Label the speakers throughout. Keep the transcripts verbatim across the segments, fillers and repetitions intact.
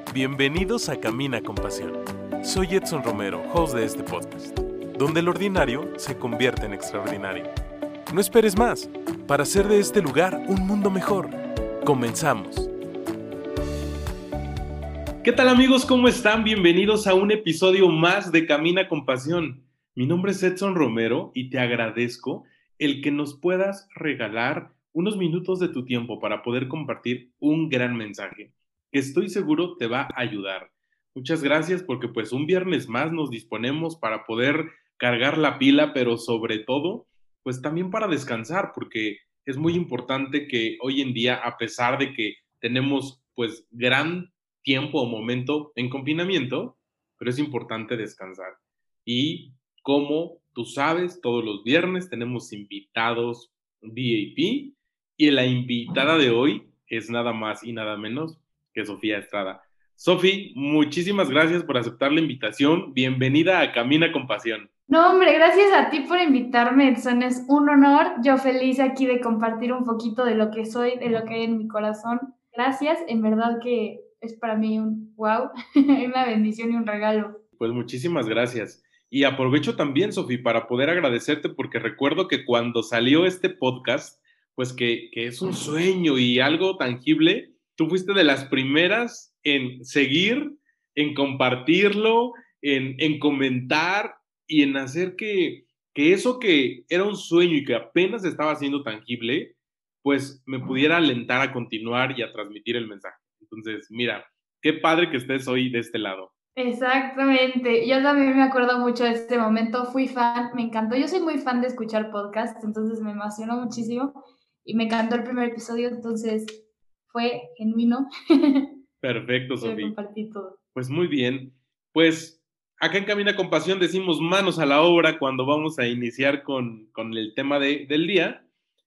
Speaker 1: Bienvenidos a Camina con Pasión. Soy Edson Romero, host de este podcast, donde el ordinario se convierte en extraordinario. No esperes más para hacer de este lugar un mundo mejor. Comenzamos. ¿Qué tal, amigos? ¿Cómo están? Bienvenidos a un episodio más de Camina con Pasión. Mi nombre es Edson Romero y te agradezco el que nos puedas regalar unos minutos de tu tiempo para poder compartir un gran mensaje que estoy seguro te va a ayudar. Muchas gracias porque pues un viernes más nos disponemos para poder cargar la pila, pero sobre todo pues también para descansar, porque es muy importante que hoy en día, a pesar de que tenemos pues gran tiempo o momento en confinamiento, pero es importante descansar. Y como tú sabes, todos los viernes tenemos invitados V I P y la invitada de hoy es nada más y nada menos que Sofía Estrada. Sofi, muchísimas gracias por aceptar la invitación. Bienvenida a Camina con Pasión.
Speaker 2: No, hombre, gracias a ti por invitarme, Edson. Es un honor. Yo feliz aquí de compartir un poquito de lo que soy, de lo que hay en mi corazón. Gracias, en verdad que es para mí un wow, una bendición y un regalo.
Speaker 1: Pues muchísimas gracias. Y aprovecho también, Sofi, para poder agradecerte porque recuerdo que cuando salió este podcast, pues que, que es un sueño y algo tangible, tú fuiste de las primeras en seguir, en compartirlo, en, en comentar y en hacer que, que eso que era un sueño y que apenas estaba siendo tangible, pues me pudiera alentar a continuar y a transmitir el mensaje. Entonces, mira, qué padre que estés hoy de este lado.
Speaker 2: Exactamente. Yo también me acuerdo mucho de este momento. Fui fan, me encantó. Yo soy muy fan de escuchar podcasts, entonces me emocionó muchísimo y me encantó el primer episodio, entonces fue genuino.
Speaker 1: Perfecto,
Speaker 2: Quiero
Speaker 1: Sofía.
Speaker 2: compartir todo.
Speaker 1: Pues muy bien. Pues acá en Camina con Pasión decimos manos a la obra cuando vamos a iniciar con, con el tema de, del día.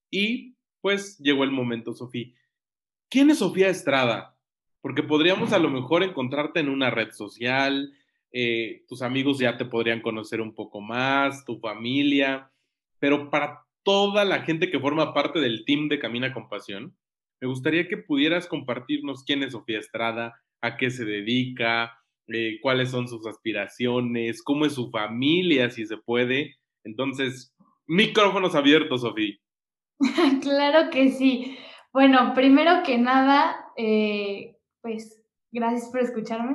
Speaker 1: Y pues llegó el momento, Sofía. ¿Quién es Sofía Estrada? Porque podríamos a lo mejor encontrarte en una red social, eh, tus amigos ya te podrían conocer un poco más, tu familia, pero para toda la gente que forma parte del team de Camina con Pasión, me gustaría que pudieras compartirnos quién es Sofía Estrada, a qué se dedica, eh, cuáles son sus aspiraciones, cómo es su familia, si se puede. Entonces, micrófonos abiertos, Sofía.
Speaker 2: Claro que sí. Bueno, primero que nada, eh, pues gracias por escucharme.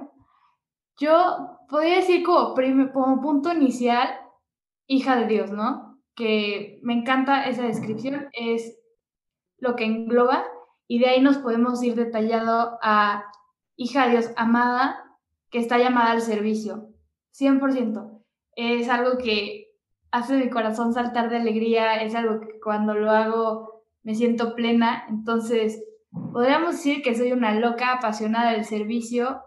Speaker 2: Yo podría decir como, prim- como punto inicial, hija de Dios, ¿no? Que me encanta esa descripción, es lo que engloba y de ahí nos podemos ir detallado a hija de Dios amada que está llamada al servicio, cien por ciento. Es algo que hace mi corazón saltar de alegría, es algo que cuando lo hago me siento plena, entonces podríamos decir que soy una loca apasionada del servicio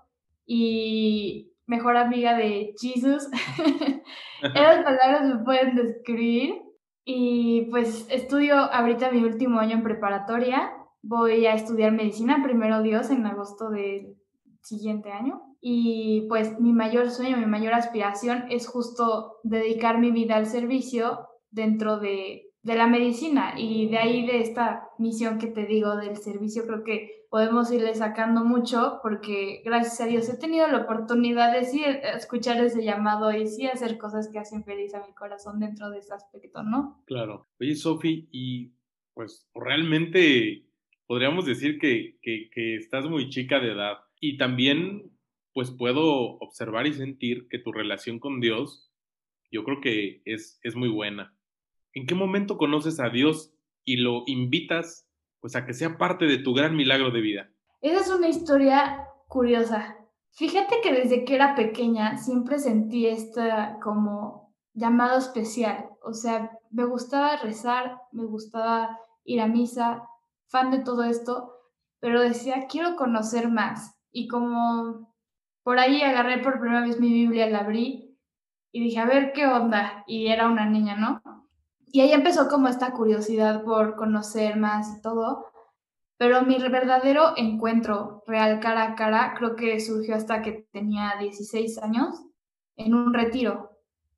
Speaker 2: y mejor amiga de Jesús. Esas palabras me pueden describir. Y pues estudio ahorita mi último año en preparatoria. Voy a estudiar medicina, primero Dios, en agosto del siguiente año. Y pues mi mayor sueño, mi mayor aspiración es justo dedicar mi vida al servicio dentro de, de la medicina. Y de ahí de esta misión que te digo del servicio, creo que podemos irle sacando mucho porque gracias a Dios he tenido la oportunidad de sí escuchar ese llamado y sí hacer cosas que hacen feliz a mi corazón dentro de ese aspecto, ¿no?
Speaker 1: Claro. Oye, Sofi, y pues realmente podríamos decir que, que, que estás muy chica de edad y también pues puedo observar y sentir que tu relación con Dios yo creo que es, es muy buena. ¿En qué momento conoces a Dios y lo invitas pues a que sea parte de tu gran milagro de vida?
Speaker 2: Esa es una historia curiosa. Fíjate que desde que era pequeña siempre sentí esta como llamado especial. O sea, me gustaba rezar, me gustaba ir a misa, fan de todo esto, pero decía, quiero conocer más. Y como por ahí agarré por primera vez mi Biblia, la abrí y dije, a ver qué onda. Y era una niña, ¿no? Y ahí empezó como esta curiosidad por conocer más y todo. Pero mi verdadero encuentro real cara a cara creo que surgió hasta que tenía dieciséis años en un retiro.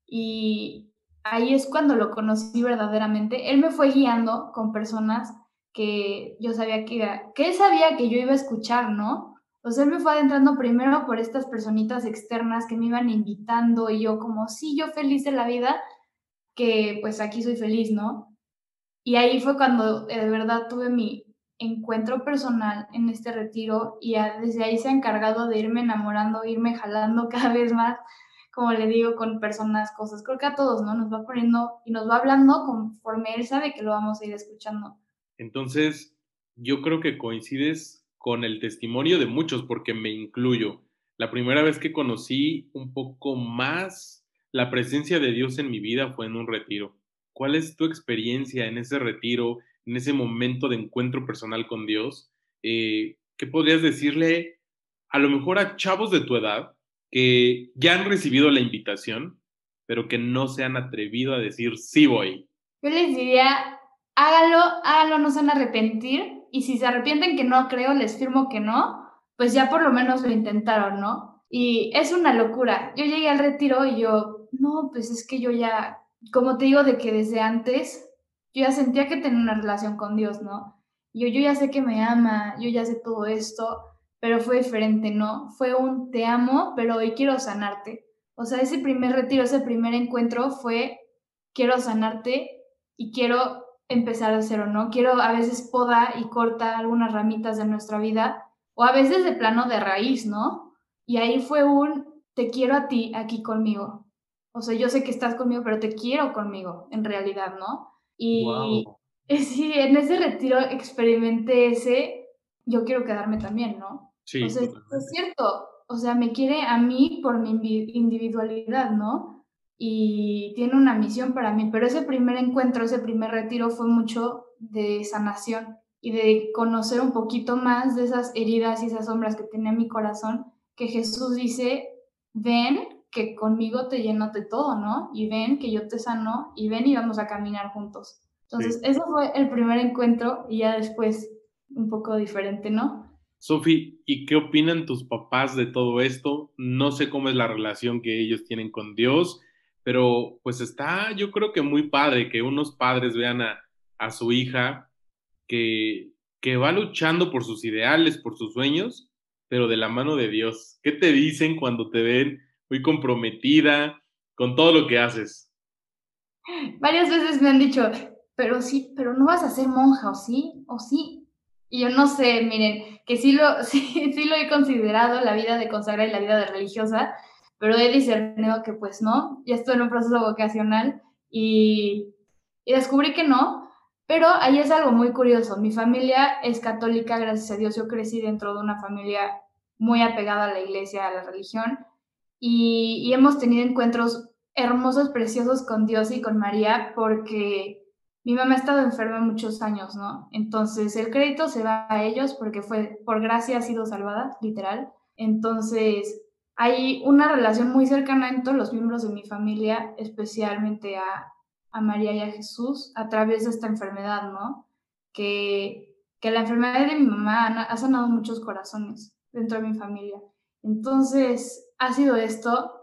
Speaker 2: Y ahí es cuando lo conocí verdaderamente. Él me fue guiando con personas que yo sabía que iba, que él sabía que yo iba a escuchar, ¿no? O sea, él me fue adentrando primero por estas personitas externas que me iban invitando y yo como, sí, yo feliz de la vida, que pues aquí soy feliz, ¿no? Y ahí fue cuando eh, de verdad tuve mi encuentro personal en este retiro y ya desde ahí se ha encargado de irme enamorando, irme jalando cada vez más, como le digo, con personas, cosas. Creo que a todos, ¿no? Nos va poniendo y nos va hablando conforme él sabe que lo vamos a ir escuchando.
Speaker 1: Entonces, yo creo que coincides con el testimonio de muchos, porque me incluyo. La primera vez que conocí un poco más la presencia de Dios en mi vida fue en un retiro. ¿Cuál es tu experiencia en ese retiro, en ese momento de encuentro personal con Dios? Eh, ¿qué podrías decirle a lo mejor a chavos de tu edad que ya han recibido la invitación, pero que no se han atrevido a decir sí voy?
Speaker 2: Yo les diría, háganlo, háganlo, no se van a arrepentir. Y si se arrepienten que no creo, les firmo que no, pues ya por lo menos lo intentaron, ¿no? Y es una locura. Yo llegué al retiro y yo, no, pues es que yo ya, como te digo, de que desde antes, yo ya sentía que tenía una relación con Dios, ¿no? Yo, yo ya sé que me ama, yo ya sé todo esto, pero fue diferente, ¿no? Fue un te amo, pero hoy quiero sanarte. O sea, ese primer retiro, ese primer encuentro fue quiero sanarte y quiero empezar de cero, ¿no? Quiero a veces poda y corta algunas ramitas de nuestra vida o a veces de plano de raíz, ¿no? Y ahí fue un te quiero a ti aquí conmigo. O sea, yo sé que estás conmigo, pero te quiero conmigo, en realidad, ¿no? Y
Speaker 1: Wow.
Speaker 2: sí, en ese retiro experimenté ese, yo quiero quedarme también, ¿no? O
Speaker 1: Sí,
Speaker 2: sea, es
Speaker 1: totalmente.
Speaker 2: cierto, o sea, me quiere a mí por mi individualidad, ¿no? Y tiene una misión para mí, pero ese primer encuentro, ese primer retiro fue mucho de sanación y de conocer un poquito más de esas heridas y esas sombras que tenía mi corazón, que Jesús dice, ven que conmigo te lleno de todo, ¿no? Y ven que yo te sano y ven y vamos a caminar juntos.
Speaker 1: Sí.
Speaker 2: Entonces, ese fue el primer encuentro y ya después un poco diferente, ¿no?
Speaker 1: Sofi, ¿y qué opinan tus papás de todo esto? No sé cómo es la relación que ellos tienen con Dios, pero pues está, yo creo que muy padre que unos padres vean a, a su hija que, que va luchando por sus ideales, por sus sueños, pero de la mano de Dios. ¿Qué te dicen cuando te ven muy comprometida con todo lo que haces?
Speaker 2: Varias veces me han dicho, pero sí, pero no vas a ser monja, ¿o sí? ¿O sí? Y yo no sé, miren, que sí lo, sí, sí lo he considerado, la vida de consagrada y la vida de religiosa, pero he discernido que pues no, ya estoy en un proceso vocacional y, y descubrí que no, pero ahí es algo muy curioso. Mi familia es católica, gracias a Dios, yo crecí dentro de una familia muy apegada a la iglesia, a la religión, y, y hemos tenido encuentros hermosos, preciosos con Dios y con María, porque mi mamá ha estado enferma muchos años, ¿no? Entonces el crédito se va a ellos porque fue, por gracia ha sido salvada, literal. Entonces hay una relación muy cercana en todos los miembros de mi familia, especialmente a, a María y a Jesús, a través de esta enfermedad, ¿no? Que, que la enfermedad de mi mamá ha, ha sanado muchos corazones dentro de mi familia. Entonces, ha sido esto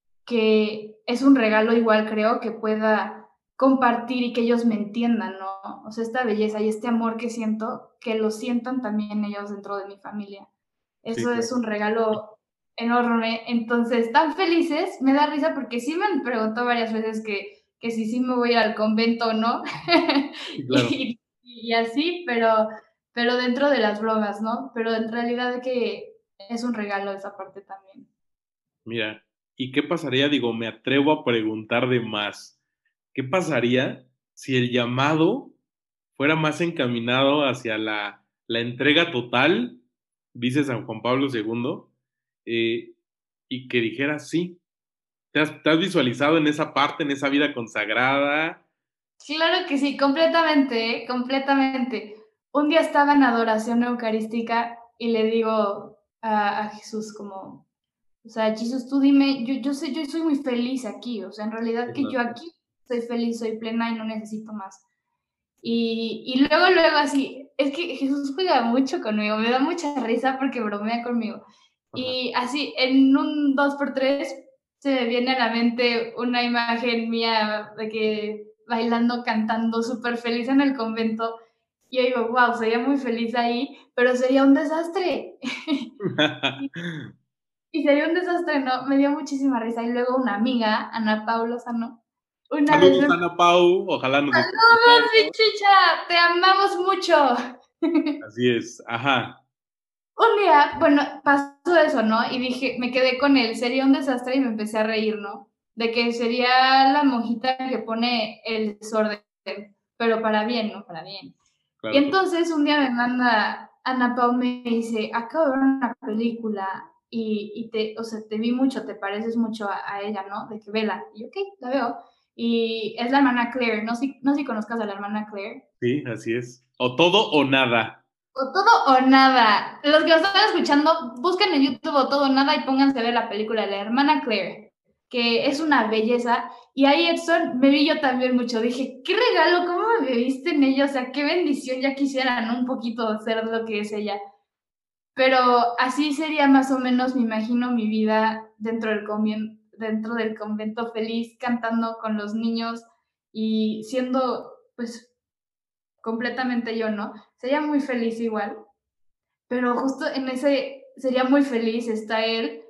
Speaker 2: que es un regalo igual creo que pueda compartir y que ellos me entiendan, ¿no? O sea, esta belleza y este amor que siento, que lo sientan también ellos dentro de mi familia.
Speaker 1: Sí,
Speaker 2: Eso es
Speaker 1: claro.
Speaker 2: un regalo enorme. Entonces, tan felices, me da risa porque sí me han preguntado varias veces que, que si sí me voy a ir al convento o no.
Speaker 1: Sí, claro.
Speaker 2: y, y así, pero, pero dentro de las bromas, ¿no? Pero en realidad que es un regalo esa parte también.
Speaker 1: Mira, ¿y qué pasaría? Digo, me atrevo a preguntar de más. ¿Qué pasaría si el llamado fuera más encaminado hacia la, la entrega total, dice San Juan Pablo segundo, eh, y que dijera sí? ¿Te has, te has visualizado en esa parte, en esa vida consagrada?
Speaker 2: Claro que sí, completamente, ¿eh? Completamente. Un día estaba en adoración eucarística y le digo a, a Jesús como, o sea, Jesús, tú dime, yo, yo sé, yo soy muy feliz aquí, o sea, en realidad que yo aquí soy feliz, soy plena y no necesito más. Y, y luego, luego así, es que Jesús juega mucho conmigo, me da mucha risa porque bromea conmigo.
Speaker 1: Ajá.
Speaker 2: Y así, en un dos por tres se me viene a la mente una imagen mía de que bailando, cantando, súper feliz en el convento. Y yo digo, wow, sería muy feliz ahí, pero sería un desastre. y, y sería un desastre, ¿no? Me dio muchísima risa. Y luego una amiga, Ana Paula Lozano, una vez
Speaker 1: Saludos,
Speaker 2: me...
Speaker 1: Ana Pau, ojalá nos esté
Speaker 2: ¡Saludos, mi
Speaker 1: escuchando.
Speaker 2: chicha! ¡Te amamos mucho!
Speaker 1: Así es, ajá.
Speaker 2: Un día, bueno, pasó eso, ¿no? Y dije, me quedé con él, sería un desastre y me empecé a reír, ¿no? De que sería la monjita que pone el desorden, pero para bien, ¿no? Para bien. Y
Speaker 1: Claro, claro.
Speaker 2: entonces un día me manda Ana Pau, me dice, acabo de ver una película y, y te, o sea, te vi mucho, te pareces mucho a, a ella, ¿no? De que vela. Y yo, ok, la veo. Y es la hermana Claire, no sé, no sé si conozcas a la hermana Claire.
Speaker 1: Sí, así es. O todo o nada.
Speaker 2: O todo o nada. Los que lo están escuchando, busquen en YouTube o todo o nada y pónganse a ver la película de la hermana Claire, que es una belleza. Y ahí, Edson, me vi yo también mucho. Dije, qué regalo, cómo me viste en ella. O sea, qué bendición. Ya quisiera, ¿no? Un poquito ser lo que es ella. Pero así sería más o menos, me imagino, mi vida dentro del, convien dentro del convento, feliz, cantando con los niños y siendo, pues, completamente yo, ¿no? Sería muy feliz igual. Pero justo en ese sería muy feliz está él,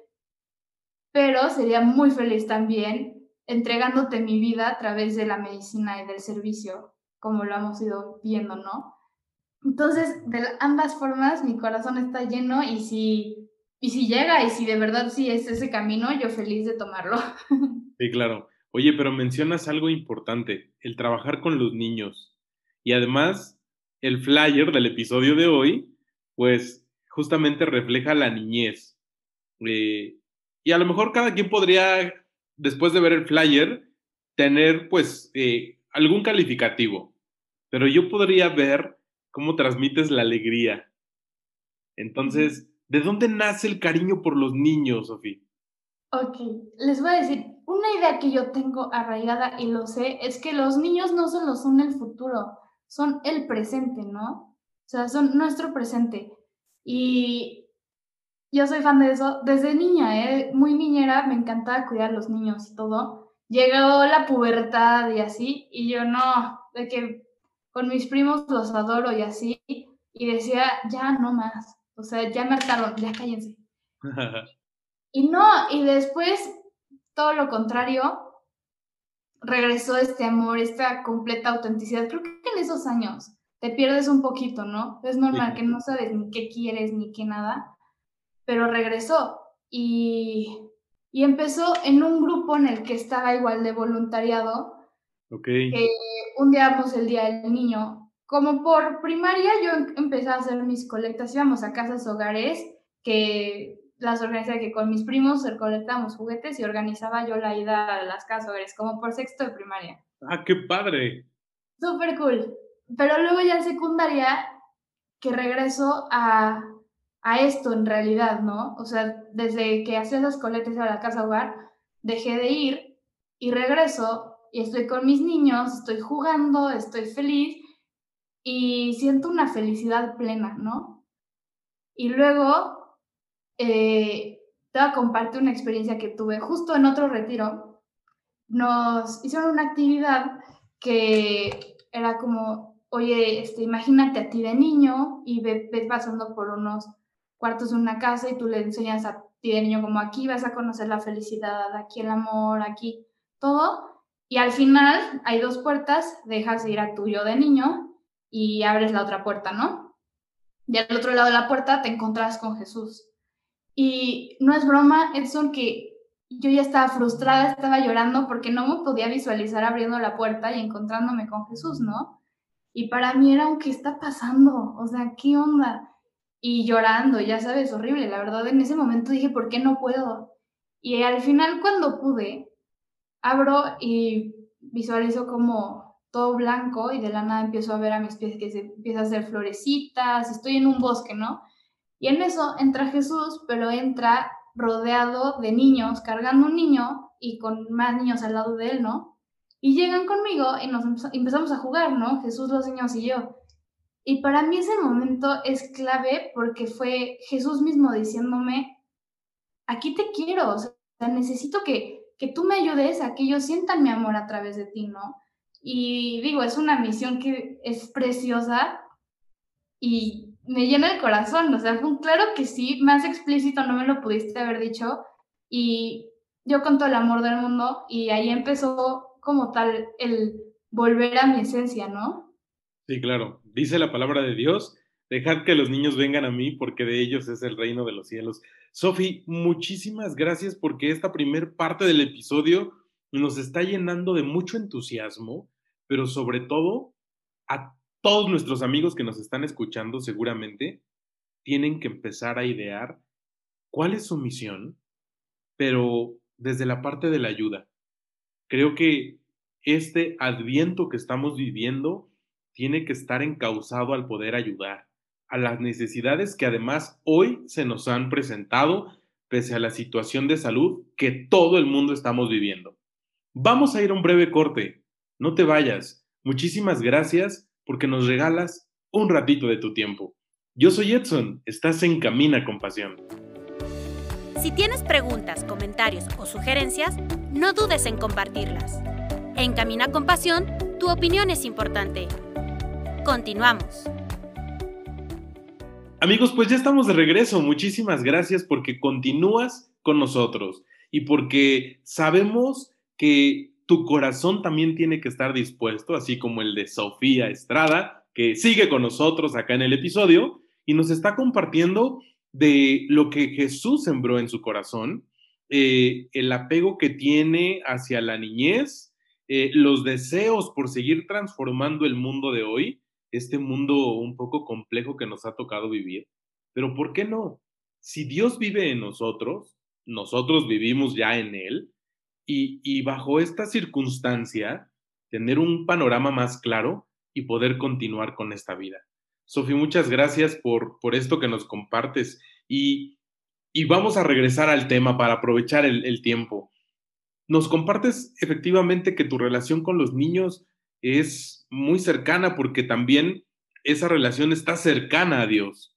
Speaker 2: pero sería muy feliz también entregándote mi vida a través de la medicina y del servicio, como lo hemos ido viendo, ¿no? Entonces, de ambas formas, mi corazón está lleno y si, y si llega y si de verdad sí es ese camino, yo feliz de tomarlo.
Speaker 1: Sí, claro. Oye, pero mencionas algo importante, el trabajar con los niños. Y además, el flyer del episodio de hoy, pues justamente refleja la niñez. Eh, y a lo mejor cada quien podría, después de ver el flyer, tener pues eh, algún calificativo. Pero yo podría ver cómo transmites la alegría. Entonces, ¿de dónde nace el cariño por los niños, Sofía?
Speaker 2: Ok, les voy a decir, una idea que yo tengo arraigada y lo sé, es que los niños no solo son el futuro, son el presente, ¿no? O sea, son nuestro presente. Y yo soy fan de eso desde niña, ¿eh? Muy niñera, me encantaba cuidar a los niños y todo. Llegó la pubertad y así, y yo no, de que con mis primos los adoro y así, y decía, ya no más, o sea, ya me hartaron, ya cállense. Y no, y después todo lo contrario, regresó este amor, esta completa autenticidad. Creo que en esos años te pierdes un poquito, ¿no? Es
Speaker 1: Sí,
Speaker 2: normal que
Speaker 1: claro.
Speaker 2: no sabes ni qué quieres ni qué nada, pero regresó y, y empezó en un grupo en el que estaba igual de voluntariado,
Speaker 1: Ok.
Speaker 2: que un día vamos el Día del Niño. Como por primaria yo em- empecé a hacer mis colectas, íbamos a casas hogares que las organizaba que con mis primos recolectábamos juguetes y organizaba yo la ida a las casas hogares, como por sexto de primaria.
Speaker 1: Ah, qué padre.
Speaker 2: Súper cool. Pero luego ya en secundaria, que regreso a, a esto en realidad, ¿no? O sea, desde que hacía esas colectas a la casa hogar, dejé de ir y regreso y estoy con mis niños, estoy jugando, estoy feliz y siento una felicidad plena, ¿no? Y luego eh, te voy a compartir una experiencia que tuve justo en otro retiro. Nos hicieron una actividad que era como, oye, este, imagínate a ti de niño y ves, ves pasando por unos cuartos de una casa y tú le enseñas a ti de niño como aquí vas a conocer la felicidad, aquí el amor, aquí todo. Y al final hay dos puertas, dejas ir a tu yo de niño y abres la otra puerta, ¿no? Y al otro lado de la puerta te encontrás con Jesús. Y no es broma, Edson, que yo ya estaba frustrada, estaba llorando porque no me podía visualizar abriendo la puerta y encontrándome con Jesús, ¿no? Y para mí era un ¿qué está pasando? O sea, ¿qué onda? Y llorando, ya sabes, horrible. La verdad, en ese momento dije, ¿por qué no puedo? Y al final, cuando pude, abro y visualizo como todo blanco y de la nada empiezo a ver a mis pies que se empieza a hacer florecitas, estoy en un bosque, ¿no? Y en eso entra Jesús, pero entra rodeado de niños, cargando un niño y con más niños al lado de él, ¿no? Y llegan conmigo y nos empezamos a jugar, ¿no? Jesús, los niños y yo. Y para mí ese momento es clave porque fue Jesús mismo diciéndome, aquí te quiero, o sea, necesito que, que tú me ayudes a que ellos sientan mi amor a través de ti, ¿no? Y digo, es una misión que es preciosa y me llena el corazón, o sea, fue un claro que sí, más explícito no me lo pudiste haber dicho, y yo con todo el amor del mundo, y ahí empezó como tal el volver a mi esencia, ¿no?
Speaker 1: Sí, claro. Dice la palabra de Dios, dejad que los niños vengan a mí porque de ellos es el reino de los cielos. Sofi, muchísimas gracias porque esta primer parte del episodio nos está llenando de mucho entusiasmo, pero sobre todo a todos nuestros amigos que nos están escuchando seguramente tienen que empezar a idear cuál es su misión, pero desde la parte de la ayuda. Creo que este adviento que estamos viviendo tiene que estar encauzado al poder ayudar a las necesidades que además hoy se nos han presentado pese a la situación de salud que todo el mundo estamos viviendo. Vamos a ir a un breve corte. No te vayas. Muchísimas gracias porque nos regalas un ratito de tu tiempo. Yo soy Edson, estás en Camina con Pasión.
Speaker 3: Si tienes preguntas, comentarios o sugerencias, no dudes en compartirlas. En Camina con Pasión, tu opinión es importante. Continuamos.
Speaker 1: Amigos, pues ya estamos de regreso. Muchísimas gracias porque continúas con nosotros y porque sabemos que tu corazón también tiene que estar dispuesto, así como el de Sofía Estrada, que sigue con nosotros acá en el episodio y nos está compartiendo de lo que Jesús sembró en su corazón, eh, el apego que tiene hacia la niñez, eh, los deseos por seguir transformando el mundo de hoy, este mundo un poco complejo que nos ha tocado vivir. Pero ¿por qué no? Si Dios vive en nosotros, nosotros vivimos ya en Él, y, y bajo esta circunstancia, tener un panorama más claro y poder continuar con esta vida. Sofi, muchas gracias por, por esto que nos compartes y, y vamos a regresar al tema para aprovechar el, el tiempo. Nos compartes efectivamente que tu relación con los niños es muy cercana porque también esa relación está cercana a Dios.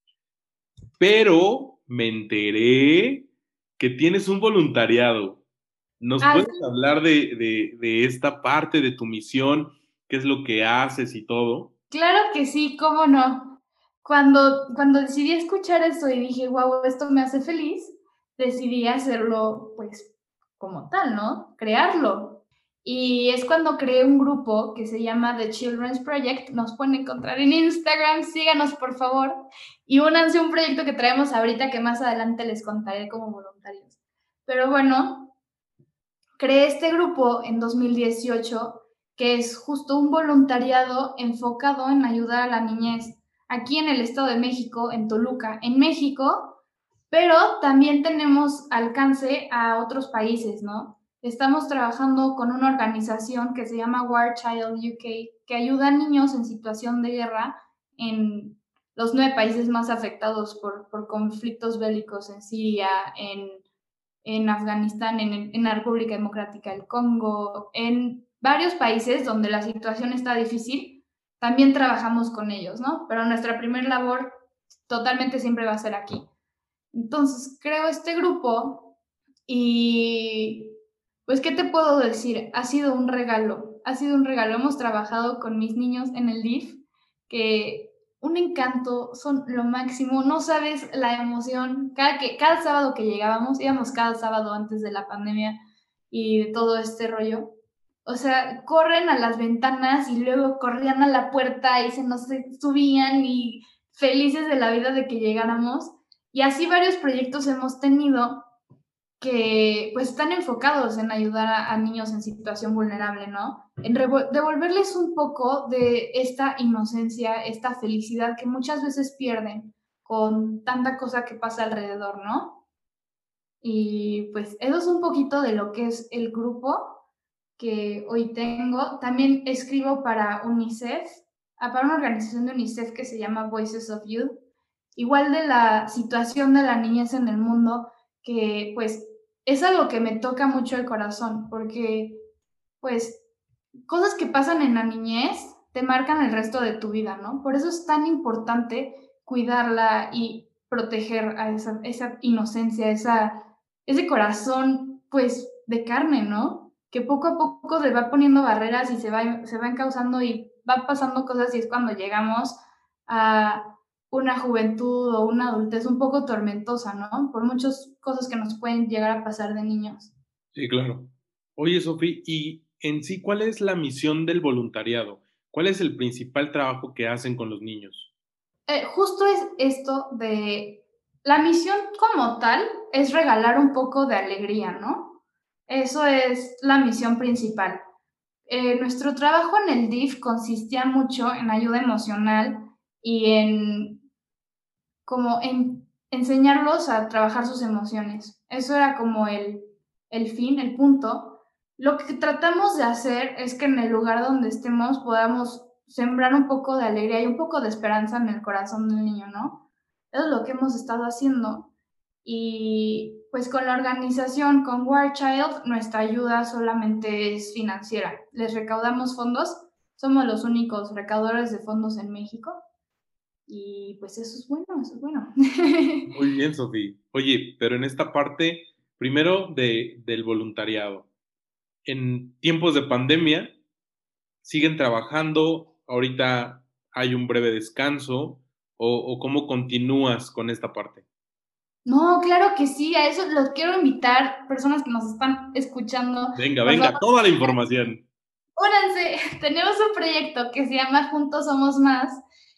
Speaker 1: Pero me enteré que tienes un voluntariado. ¿Nos
Speaker 2: Ah,
Speaker 1: puedes hablar de, de, de esta parte de tu misión? ¿Qué es lo que haces y todo?
Speaker 2: claro que sí, cómo no. Cuando, cuando decidí escuchar esto y dije, wow, esto me hace feliz, decidí hacerlo, pues, como tal, ¿no? Crearlo. Y es cuando creé un grupo que se llama The Children's Project. Nos pueden encontrar en Instagram, síganos por favor. Y únanse a un proyecto que traemos ahorita que más adelante les contaré como voluntarios. Pero bueno, creé este grupo en dos mil dieciocho que es justo un voluntariado enfocado en ayudar a la niñez aquí en el Estado de México, en Toluca, en México, pero también tenemos alcance a otros países, ¿no? Estamos trabajando con una organización que se llama War Child U K, que ayuda a niños en situación de guerra en los nueve países más afectados por, por conflictos bélicos en Siria, en en Afganistán, en, en la República Democrática del Congo, en varios países donde la situación está difícil, también trabajamos con ellos, ¿no? Pero nuestra primera labor totalmente siempre va a ser aquí. Entonces, creo este grupo y, pues, ¿qué te puedo decir? Ha sido un regalo, ha sido un regalo. Hemos trabajado con mis niños en el D I F, que un encanto, son lo máximo, no sabes la emoción. Cada, que, cada sábado que llegábamos, íbamos cada sábado antes de la pandemia y de todo este rollo. O sea, corren a las ventanas y luego corrían a la puerta y se nos subían y felices de la vida de que llegáramos. Y así varios proyectos hemos tenido que pues están enfocados en ayudar a, a niños en situación vulnerable, ¿no? En devolverles un poco de esta inocencia, esta felicidad que muchas veces pierden con tanta cosa que pasa alrededor, ¿no? Y pues eso es un poquito de lo que es el grupo que hoy tengo. También escribo para UNICEF, para una organización de UNICEF que se llama Voices of Youth, igual de la situación de la niñez en el mundo, que pues es algo que me toca mucho el corazón, porque pues cosas que pasan en la niñez te marcan el resto de tu vida, ¿no? Por eso es tan importante cuidarla y proteger a esa, esa inocencia, esa, ese corazón, pues, de carne, ¿no? Que poco a poco se va poniendo barreras y se va, se van causando y va pasando cosas y es cuando llegamos a una juventud o una adultez un poco tormentosa, ¿no? Por muchas cosas que nos pueden llegar a pasar de niños.
Speaker 1: Sí, claro. Oye, Sofi, y en sí, ¿cuál es la misión del voluntariado? ¿Cuál es el principal trabajo que hacen con los niños?
Speaker 2: Eh, justo es esto de la misión como tal, es regalar un poco de alegría, ¿no? Eso es la misión principal. Eh, nuestro trabajo en el D I F consistía mucho en ayuda emocional y en como en enseñarlos a trabajar sus emociones. Eso era como el, el fin, el punto. Lo que tratamos de hacer es que en el lugar donde estemos podamos sembrar un poco de alegría y un poco de esperanza en el corazón del niño, ¿no? Eso es lo que hemos estado haciendo. Y pues con la organización, con War Child, nuestra ayuda solamente es financiera. Les recaudamos fondos, somos los únicos recaudadores de fondos en México. Y pues eso es bueno, eso es bueno.
Speaker 1: Muy bien, Sofi. Oye, pero en esta parte, primero de, del voluntariado. En tiempos de pandemia, ¿siguen trabajando? ¿Ahorita hay un breve descanso? ¿O, o cómo continúas con esta parte?
Speaker 2: No, claro que sí, a eso los quiero invitar, personas que nos están escuchando.
Speaker 1: Venga,
Speaker 2: Nos
Speaker 1: venga,
Speaker 2: vamos,
Speaker 1: toda la información.
Speaker 2: únanse, tenemos un proyecto que se llama Juntos Somos Más,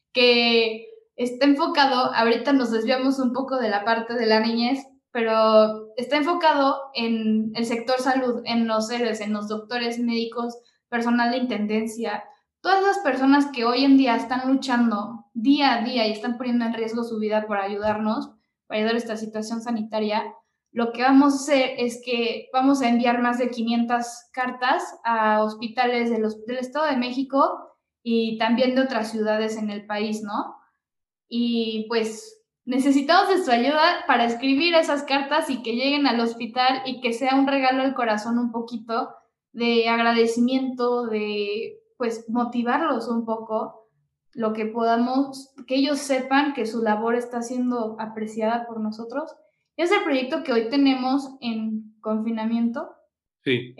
Speaker 2: que está enfocado, ahorita nos desviamos un poco de la parte de la niñez, pero está enfocado en el sector salud, en los héroes, en los doctores, médicos, personal de intendencia, todas las personas que hoy en día están luchando día a día y están poniendo en riesgo su vida por ayudarnos, para ayudar a esta situación sanitaria. Lo que vamos a hacer es que vamos a enviar más de quinientas cartas a hospitales de los, del Estado de México y también de otras ciudades en el país, ¿no? Y pues necesitamos de su ayuda para escribir esas cartas y que lleguen al hospital y que sea un regalo al corazón un poquito de agradecimiento, de pues motivarlos un poco, lo que podamos, que ellos sepan que su labor está siendo apreciada por nosotros. Es el proyecto que hoy tenemos en confinamiento,
Speaker 1: Sí,
Speaker 2: eh,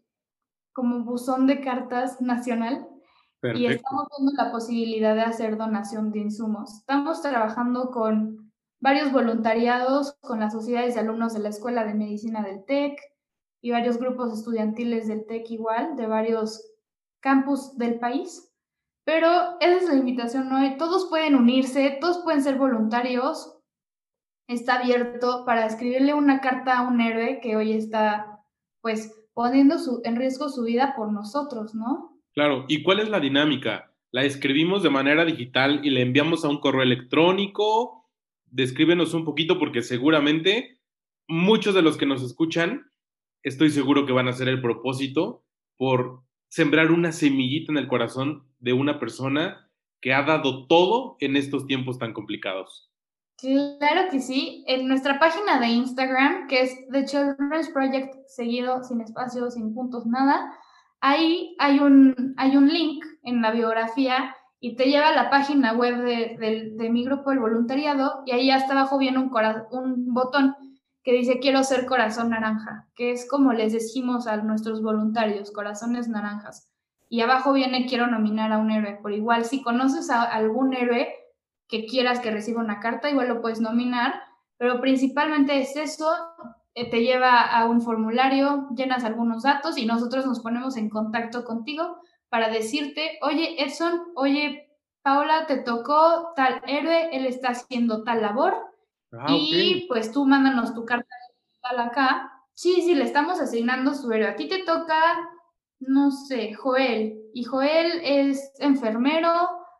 Speaker 2: como buzón de cartas nacional, y
Speaker 1: perfecto.
Speaker 2: estamos viendo la posibilidad de hacer donación de insumos. Estamos trabajando con varios voluntariados, con las sociedades de alumnos de la Escuela de Medicina del TEC y varios grupos estudiantiles del TEC igual, de varios campus del país. Pero esa es la invitación, ¿no? Todos pueden unirse, todos pueden ser voluntarios. Está abierto para escribirle una carta a un héroe que hoy está, pues, poniendo su, en riesgo su vida por nosotros, ¿no?
Speaker 1: Claro, ¿y cuál es la dinámica? ¿La escribimos de manera digital y le enviamos a un correo electrónico? Descríbenos un poquito porque seguramente muchos de los que nos escuchan, estoy seguro que van a hacer el propósito por sembrar una semillita en el corazón de una persona que ha dado todo en estos tiempos tan complicados.
Speaker 2: Claro que sí. En nuestra página de Instagram, que es The Children's Project, seguido, sin espacios, sin puntos, nada, ahí hay un, hay un link en la biografía y te lleva a la página web de, de, de mi grupo, el voluntariado, y ahí hasta abajo viene un, cora un botón que dice quiero ser corazón naranja, que es como les decimos a nuestros voluntarios, corazones naranjas. Y abajo viene quiero nominar a un héroe. Por igual, si conoces a algún héroe que quieras que reciba una carta, igual lo puedes nominar, pero principalmente es eso, eh, te lleva a un formulario, llenas algunos datos y nosotros nos ponemos en contacto contigo para decirte, oye Edson, oye Paola, te tocó tal héroe, él está haciendo tal labor
Speaker 1: Ah, ok.
Speaker 2: y pues tú mándanos tu carta tal acá. Sí, sí, le estamos asignando su héroe. A ti te toca, no sé, Joel, y Joel es enfermero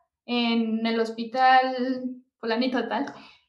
Speaker 2: en el hospital fulanito tal,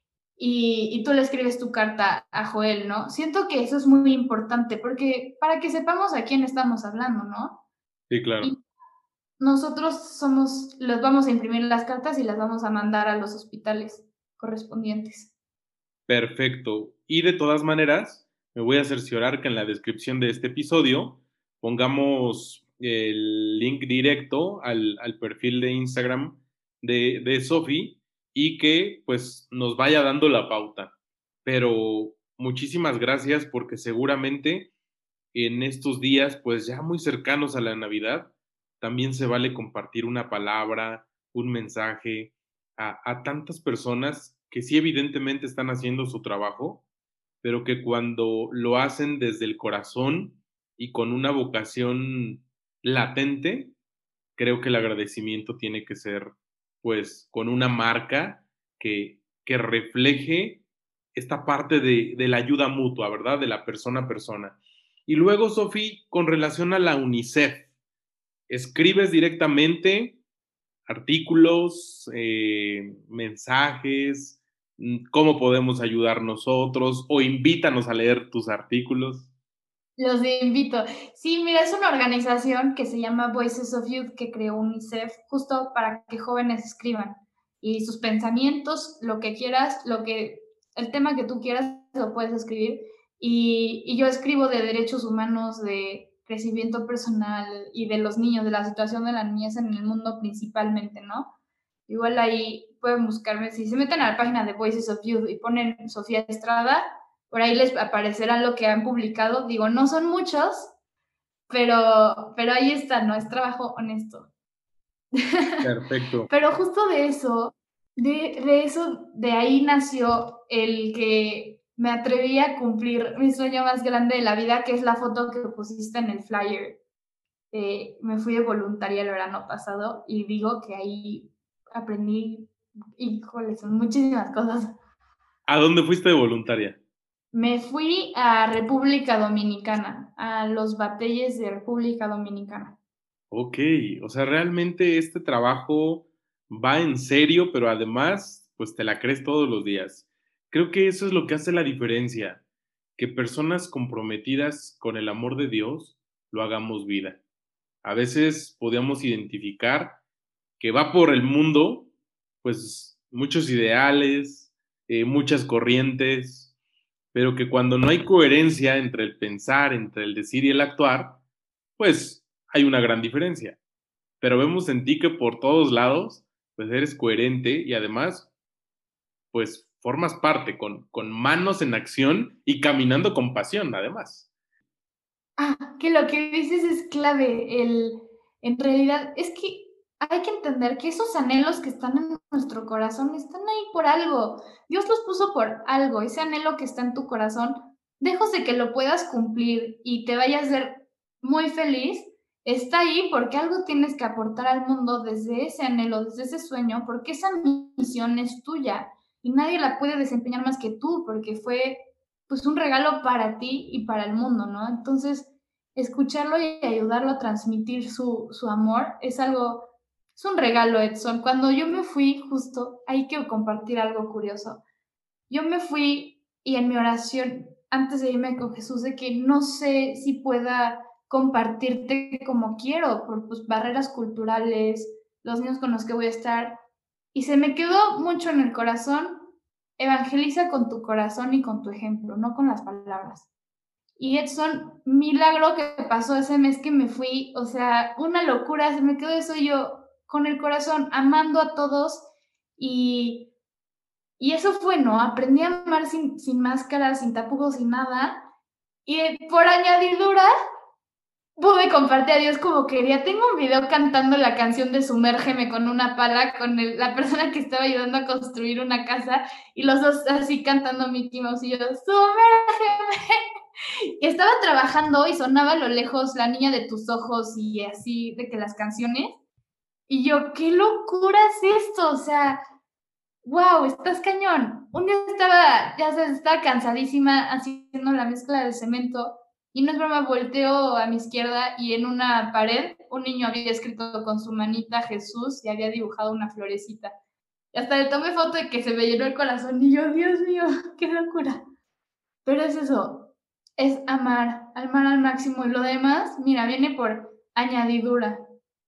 Speaker 2: y, y tú le escribes tu carta a Joel, ¿no? Siento que eso es muy importante, porque para que sepamos a quién estamos hablando, ¿no?
Speaker 1: Sí, claro.
Speaker 2: Y nosotros somos, les vamos a imprimir las cartas y las vamos a mandar a los hospitales correspondientes.
Speaker 1: Perfecto. Y de todas maneras, me voy a cerciorar que en la descripción de este episodio pongamos el link directo al, al perfil de Instagram de, de Sofi y que pues nos vaya dando la pauta. Pero muchísimas gracias porque seguramente en estos días, pues ya muy cercanos a la Navidad, también se vale compartir una palabra, un mensaje, a, a tantas personas que sí evidentemente están haciendo su trabajo, pero que cuando lo hacen desde el corazón y con una vocación latente, creo que el agradecimiento tiene que ser, pues, con una marca que, que refleje esta parte de, de la ayuda mutua, ¿verdad? De la persona a persona. Y luego, Sofi, con relación a la UNICEF, ¿escribes directamente artículos, eh, mensajes? ¿Cómo podemos ayudar nosotros? ¿O invítanos a leer tus artículos?
Speaker 2: Los invito. Sí, mira, es una organización que se llama Voices of Youth que creó UNICEF justo para que jóvenes escriban y sus pensamientos, lo que quieras, lo que, el tema que tú quieras, lo puedes escribir. Y, y yo escribo de derechos humanos, de crecimiento personal y de los niños, de la situación de la niñez en el mundo principalmente, ¿no? Igual ahí pueden buscarme, si se meten a la página de Voices of Youth y ponen Sofía Estrada, por ahí les aparecerá lo que han publicado. Digo, no son muchos, pero, pero ahí está, no es trabajo honesto.
Speaker 1: Perfecto.
Speaker 2: Pero justo de eso, de, de eso, de ahí nació el que me atreví a cumplir mi sueño más grande de la vida, que es la foto que pusiste en el flyer. Eh, me fui de voluntaria el verano pasado y digo que ahí aprendí, híjole, son muchísimas cosas.
Speaker 1: ¿A dónde fuiste de voluntaria?
Speaker 2: Me fui a República Dominicana, a los batalles de República Dominicana.
Speaker 1: Ok, o sea, realmente este trabajo va en serio, pero además, pues te la crees todos los días. Creo que eso es lo que hace la diferencia, que personas comprometidas con el amor de Dios lo hagamos vida. A veces podíamos identificar que va por el mundo, pues muchos ideales, eh, muchas corrientes, pero que cuando no hay coherencia entre el pensar, entre el decir y el actuar, pues hay una gran diferencia. Pero vemos en ti que por todos lados, pues eres coherente y además, pues formas parte con, con manos en acción y caminando con pasión, además.
Speaker 2: Ah, que lo que dices es clave. El, en realidad, es que hay que entender que esos anhelos que están en nuestro corazón están ahí por algo. Dios los puso por algo. Ese anhelo que está en tu corazón, lejos de que lo puedas cumplir y te vayas a ser muy feliz, está ahí porque algo tienes que aportar al mundo desde ese anhelo, desde ese sueño, porque esa misión es tuya y nadie la puede desempeñar más que tú, porque fue pues un regalo para ti y para el mundo, ¿no? Entonces, escucharlo y ayudarlo a transmitir su, su amor es algo, es un regalo, Edson. Cuando yo me fui, justo, hay que compartir algo curioso. Yo me fui y en mi oración, antes de irme con Jesús, de que no sé si pueda compartirte como quiero, por pues, barreras culturales, los niños con los que voy a estar, y se me quedó mucho en el corazón: evangeliza con tu corazón y con tu ejemplo, no con las palabras. Y Edson, milagro que pasó ese mes que me fui, o sea, una locura, se me quedó eso yo con el corazón, amando a todos y, y eso fue, ¿no? Aprendí a amar sin, sin máscaras, sin tapujos, sin nada. Y por añadidura, pude compartir a Dios como quería. Tengo un video cantando la canción de Sumérgeme con una pala, con el, la persona que estaba ayudando a construir una casa, y los dos así cantando Mickey Mouse y yo, ¡Sumérgeme! Y estaba trabajando y sonaba a lo lejos La niña de tus ojos y así, de que las canciones, y yo, ¡qué locura es esto! O sea, ¡wow! Estás cañón. Un día estaba, ya sabes, estaba cansadísima haciendo la mezcla de cemento, y no es broma, volteo a mi izquierda y en una pared un niño había escrito con su manita Jesús y había dibujado una florecita. Y hasta le tomé foto de que se me llenó el corazón y yo, Dios mío, qué locura. Pero es eso, es amar, amar al máximo, y lo demás, mira, viene por añadidura.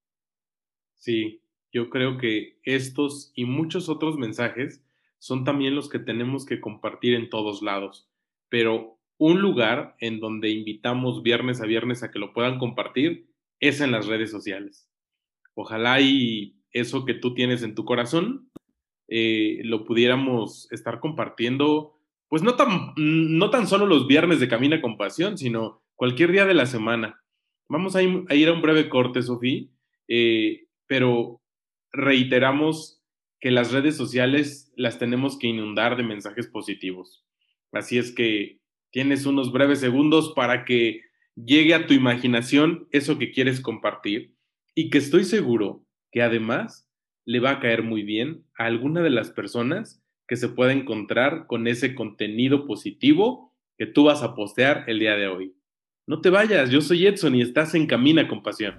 Speaker 1: Sí, yo creo que estos y muchos otros mensajes son también los que tenemos que compartir en todos lados, pero un lugar en donde invitamos viernes a viernes a que lo puedan compartir es en las redes sociales. Ojalá y eso que tú tienes en tu corazón eh, lo pudiéramos estar compartiendo, pues no tan, no tan solo los viernes de Camina con Pasión, sino cualquier día de la semana. Vamos a ir a, ir a un breve corte, Sofía, eh, pero reiteramos que las redes sociales las tenemos que inundar de mensajes positivos. Así es que tienes unos breves segundos para que llegue a tu imaginación eso que quieres compartir y que estoy seguro que además le va a caer muy bien a alguna de las personas que se pueda encontrar con ese contenido positivo que tú vas a postear el día de hoy. No te vayas, yo soy Edson y estás en Camina con Pasión.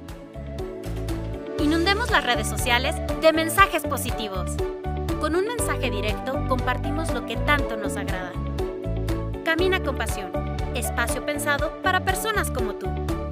Speaker 3: Inundemos las redes sociales de mensajes positivos. Con un mensaje directo compartimos lo que tanto nos agrada. Camina con Pasión, espacio pensado para personas como tú.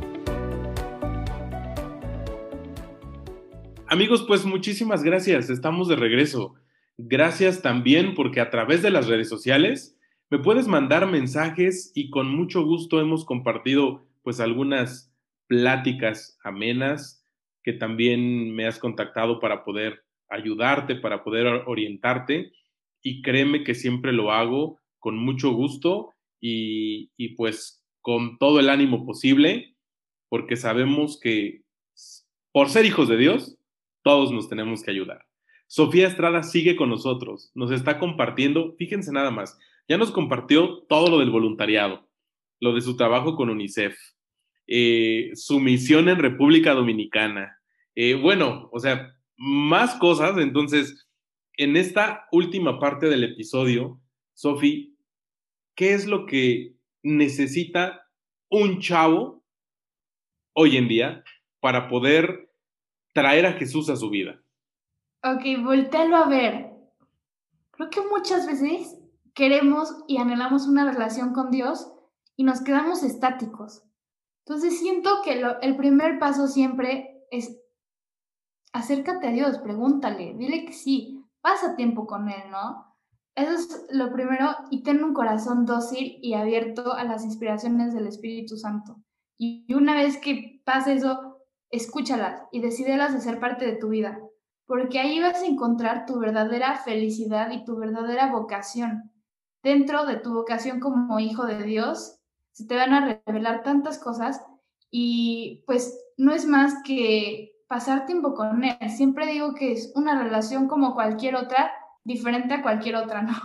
Speaker 1: Amigos, pues muchísimas gracias, estamos de regreso. Gracias también porque a través de las redes sociales me puedes mandar mensajes y con mucho gusto hemos compartido pues algunas pláticas amenas que también me has contactado para poder ayudarte, para poder orientarte y créeme que siempre lo hago con mucho gusto y, y pues con todo el ánimo posible porque sabemos que por ser hijos de Dios todos nos tenemos que ayudar. Sofía Estrada sigue con nosotros, nos está compartiendo, fíjense nada más, ya nos compartió todo lo del voluntariado, lo de su trabajo con UNICEF, eh, su misión en República Dominicana, eh, bueno, o sea, más cosas. Entonces, en esta última parte del episodio, Sofi, ¿qué es lo que necesita un chavo hoy en día para poder traer a Jesús a su vida?
Speaker 2: Ok, voltéalo a ver. Creo que muchas veces queremos y anhelamos una relación con Dios y nos quedamos estáticos. Entonces siento que lo, el primer paso siempre es acércate a Dios, pregúntale, dile que sí, pasa tiempo con Él, ¿no? Eso es lo primero, y ten un corazón dócil y abierto a las inspiraciones del Espíritu Santo. Y una vez que pase eso, escúchalas y decídelas hacer parte de tu vida, porque ahí vas a encontrar tu verdadera felicidad y tu verdadera vocación. Dentro de tu vocación como hijo de Dios, se te van a revelar tantas cosas y pues no es más que pasar tiempo con Él. Siempre digo que es una relación como cualquier otra, diferente a cualquier otra, ¿no?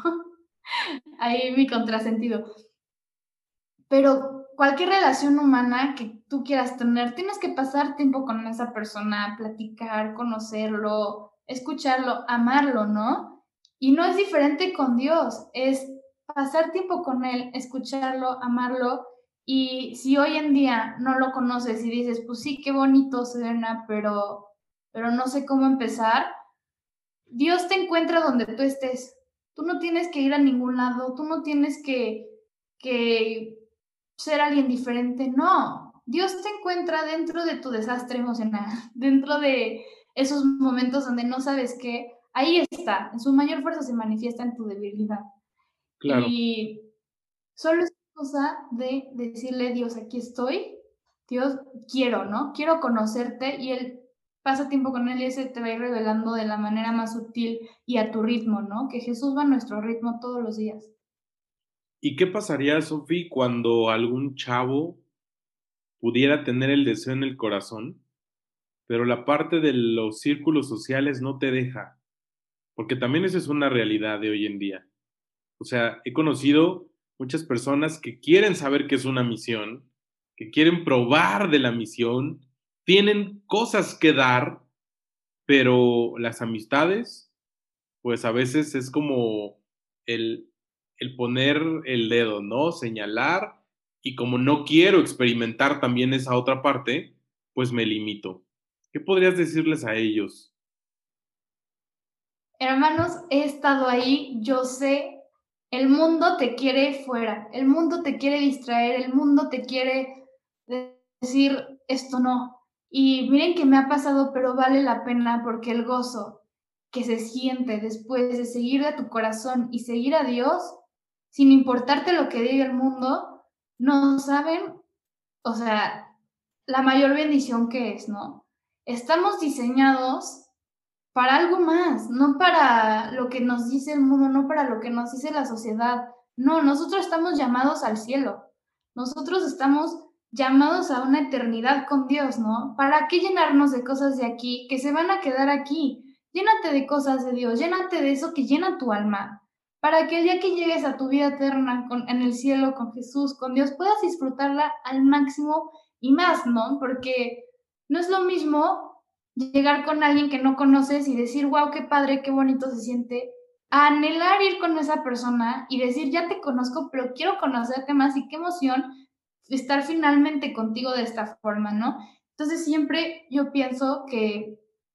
Speaker 2: Ahí mi contrasentido. Pero cualquier relación humana que tú quieras tener, tienes que pasar tiempo con esa persona, platicar, conocerlo, escucharlo, amarlo, ¿no? Y no es diferente con Dios, es pasar tiempo con Él, escucharlo, amarlo. Y si hoy en día no lo conoces y dices, pues sí, qué bonito suena, pero, pero no sé cómo empezar, Dios te encuentra donde tú estés. Tú no tienes que ir a ningún lado, tú no tienes que, que ser alguien diferente, no. Dios te encuentra dentro de tu desastre emocional, dentro de esos momentos donde no sabes qué, ahí está, en su mayor fuerza se manifiesta en tu debilidad.
Speaker 1: Claro.
Speaker 2: Y solo es cosa de decirle, Dios, aquí estoy, Dios, quiero, ¿no? Quiero conocerte, y Él pasa tiempo con Él y ese te va a ir revelando de la manera más sutil y a tu ritmo, ¿no? Que Jesús va a nuestro ritmo todos los días.
Speaker 1: ¿Y qué pasaría, Sofi, cuando algún chavo pudiera tener el deseo en el corazón, pero la parte de los círculos sociales no te deja? Porque también esa es una realidad de hoy en día. O sea, he conocido muchas personas que quieren saber qué es una misión, que quieren probar de la misión, tienen cosas que dar, pero las amistades, pues a veces es como el, el poner el dedo, ¿no? Señalar, y como no quiero experimentar también esa otra parte, pues me limito. ¿Qué podrías decirles a ellos?
Speaker 2: Hermanos, he estado ahí, yo sé, el mundo te quiere fuera, el mundo te quiere distraer, el mundo te quiere decir esto no. Y miren que me ha pasado, pero vale la pena, porque el gozo que se siente después de seguir a tu corazón y seguir a Dios, sin importarte lo que diga el mundo, no saben, o sea, la mayor bendición que es, ¿no? Estamos diseñados para algo más, no para lo que nos dice el mundo, no para lo que nos dice la sociedad. No, nosotros estamos llamados al cielo. Nosotros estamos llamados a una eternidad con Dios, ¿no? ¿Para qué llenarnos de cosas de aquí que se van a quedar aquí? llénate de cosas de Dios, llénate de eso que llena tu alma, para que el día que llegues a tu vida eterna con, en el cielo con Jesús, con Dios, puedas disfrutarla al máximo y más, ¿no? Porque no es lo mismo llegar con alguien que no conoces y decir, wow, qué padre, qué bonito se siente, a anhelar ir con esa persona y decir, ya te conozco, pero quiero conocerte más y qué emoción estar finalmente contigo de esta forma, ¿no? Entonces siempre yo pienso que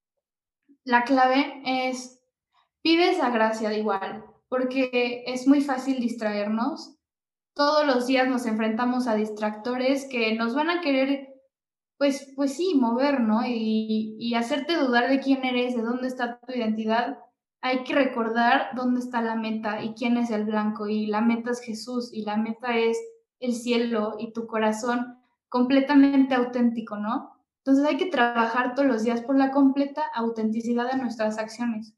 Speaker 2: la clave es, pide esa gracia de igual, porque es muy fácil distraernos. Todos los días nos enfrentamos a distractores que nos van a querer, pues, pues sí, mover, ¿no? Y, y hacerte dudar de quién eres, de dónde está tu identidad. Hay que recordar dónde está la meta y quién es el blanco. Y la meta es Jesús y la meta es el cielo y tu corazón completamente auténtico, ¿no? Entonces hay que trabajar todos los días por la completa autenticidad de nuestras acciones.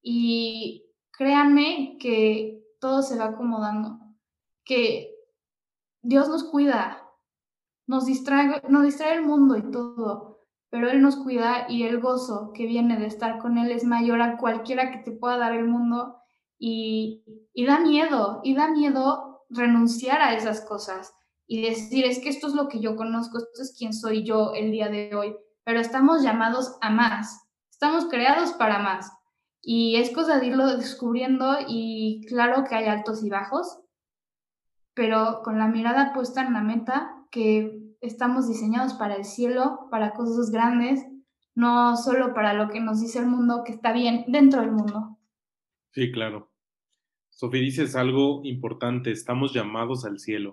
Speaker 2: Y créanme que todo se va acomodando, que Dios nos cuida, nos distrae, nos distrae el mundo y todo, pero Él nos cuida y el gozo que viene de estar con Él es mayor a cualquiera que te pueda dar el mundo y, y da miedo, y da miedo renunciar a esas cosas y decir, es que esto es lo que yo conozco, esto es quién soy yo el día de hoy, pero estamos llamados a más, estamos creados para más y es cosa de irlo descubriendo y claro que hay altos y bajos, pero con la mirada puesta en la meta, que estamos diseñados para el cielo, para cosas grandes, no solo para lo que nos dice el mundo que está bien dentro del mundo.
Speaker 1: Sí, claro. Sofía, dices algo importante, estamos llamados al cielo.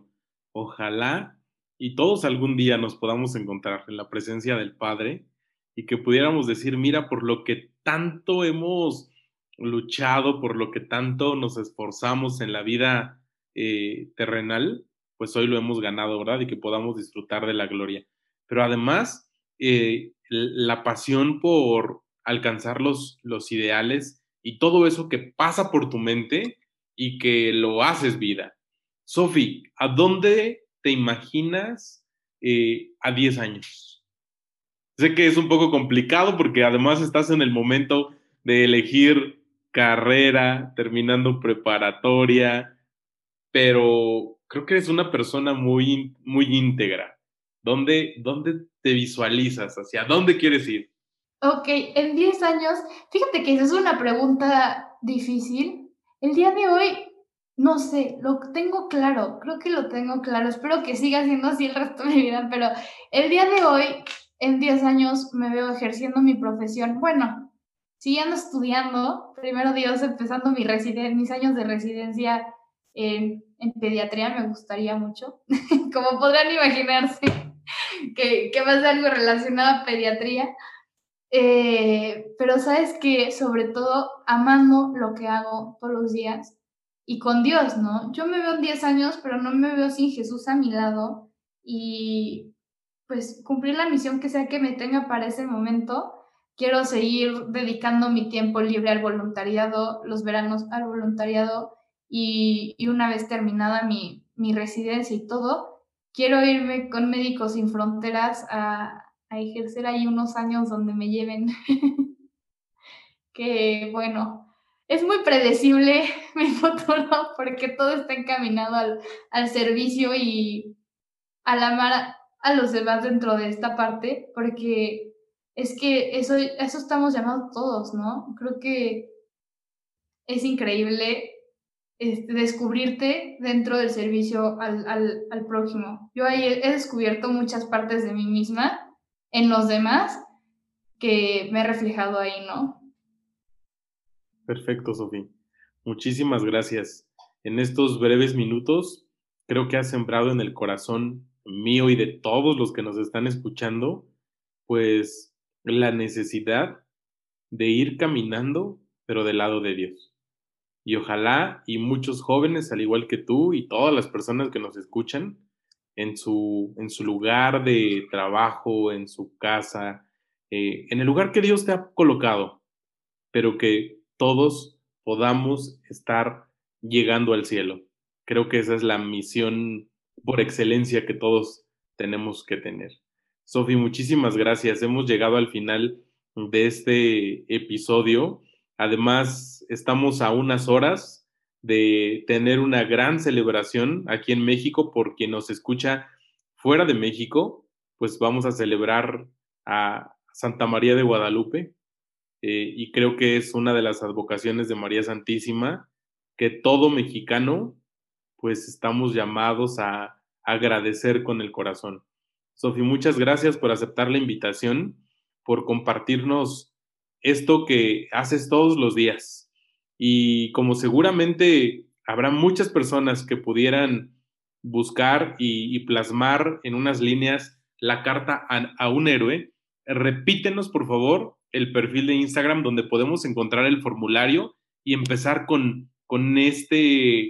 Speaker 1: Ojalá y todos algún día nos podamos encontrar en la presencia del Padre y que pudiéramos decir, mira, por lo que tanto hemos luchado, por lo que tanto nos esforzamos en la vida eh, terrenal, pues hoy lo hemos ganado, ¿verdad? Y que podamos disfrutar de la gloria. Pero además, eh, la pasión por alcanzar los, los ideales y todo eso que pasa por tu mente y que lo haces vida. Sofi, ¿a dónde te imaginas eh, a diez años? Sé que es un poco complicado porque además estás en el momento de elegir carrera, terminando preparatoria, pero creo que eres una persona muy, muy íntegra. ¿Dónde, dónde te visualizas? ¿Hacia dónde quieres ir?
Speaker 2: Ok, en diez años, fíjate que esa es una pregunta difícil. El día de hoy, no sé, lo tengo claro, creo que lo tengo claro, espero que siga siendo así el resto de mi vida, pero el día de hoy, en diez años, me veo ejerciendo mi profesión. Bueno, siguiendo estudiando, primero Dios, empezando mi residen- mis años de residencia en, en pediatría, me gustaría mucho. Como podrán imaginarse, que, que va a ser algo relacionado a pediatría. Eh, pero sabes que sobre todo amando lo que hago todos los días y con Dios, ¿no? Yo me veo en diez años, pero no me veo sin Jesús a mi lado y pues cumplir la misión que sea que me tenga para ese momento. Quiero seguir dedicando mi tiempo libre al voluntariado, los veranos al voluntariado y, y una vez terminada mi, mi residencia y todo, quiero irme con Médicos Sin Fronteras a, a ejercer ahí unos años donde me lleven. Que bueno, es muy predecible mi futuro porque todo está encaminado al, al servicio y al amar a, a los demás dentro de esta parte, porque es que eso, eso estamos llamados todos, ¿no? Creo que es increíble este, descubrirte dentro del servicio al, al, al prójimo. Yo ahí he, he descubierto muchas partes de mí misma en los demás que me he reflejado ahí, ¿no?
Speaker 1: Perfecto, Sofía. Muchísimas gracias. En estos breves minutos, creo que has sembrado en el corazón mío y de todos los que nos están escuchando, pues la necesidad de ir caminando, pero del lado de Dios. Y ojalá y muchos jóvenes, al igual que tú y todas las personas que nos escuchan, en su, en su lugar de trabajo, en su casa, eh, en el lugar que Dios te ha colocado, pero que todos podamos estar llegando al cielo. Creo que esa es la misión por excelencia que todos tenemos que tener. Sofi, muchísimas gracias. Hemos llegado al final de este episodio. Además, estamos a unas horas de tener una gran celebración aquí en México. Por quien nos escucha fuera de México, pues vamos a celebrar a Santa María de Guadalupe, eh, y creo que es una de las advocaciones de María Santísima que todo mexicano pues estamos llamados a agradecer con el corazón. Sofi, muchas gracias por aceptar la invitación, por compartirnos esto que haces todos los días. Y como seguramente habrá muchas personas que pudieran buscar y, y plasmar en unas líneas la carta a, a un héroe, repítenos por favor el perfil de Instagram donde podemos encontrar el formulario y empezar con, con este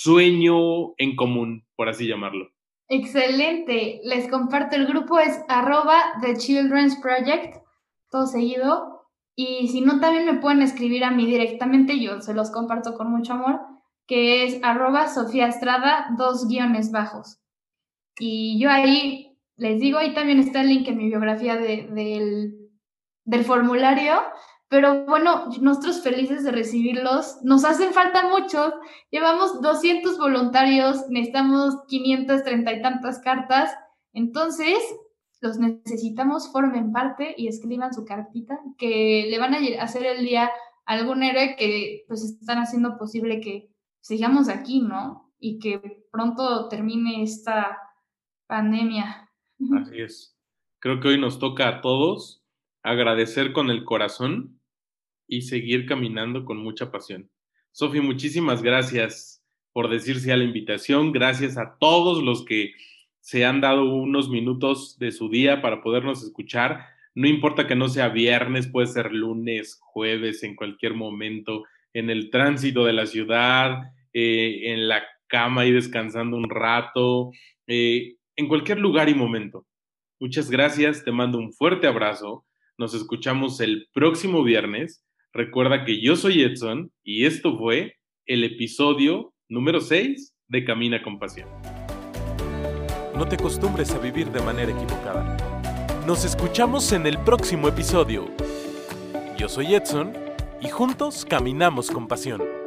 Speaker 1: sueño en común, por así llamarlo.
Speaker 2: Excelente. Les comparto, el grupo es arroba The Children's Project, todo seguido. Y si no, también me pueden escribir a mí directamente, yo se los comparto con mucho amor, que es arroba Sofía Estrada, dos guiones bajos. Y yo ahí, les digo, ahí también está el link en mi biografía de, del, del formulario. Pero bueno, nosotros felices de recibirlos. Nos hacen falta muchos. Llevamos doscientos voluntarios, necesitamos quinientas treinta y tantas cartas. Entonces, los necesitamos, formen parte y escriban su cartita que le van a hacer el día a algún héroe que pues están haciendo posible que sigamos aquí, ¿no? Y que pronto termine esta pandemia.
Speaker 1: Así es. Creo que hoy nos toca a todos agradecer con el corazón y seguir caminando con mucha pasión. Sofi, muchísimas gracias por decirse a la invitación. Gracias a todos los que se han dado unos minutos de su día para podernos escuchar. No importa que no sea viernes, puede ser lunes, jueves, en cualquier momento, en el tránsito de la ciudad, eh, en la cama y descansando un rato, eh, en cualquier lugar y momento. Muchas gracias, te mando un fuerte abrazo. Nos escuchamos el próximo viernes. Recuerda que yo soy Edson y esto fue el episodio número seis de Camina con Pasión.
Speaker 4: No te acostumbres a vivir de manera equivocada. Nos escuchamos en el próximo episodio. Yo soy Edson y juntos caminamos con pasión.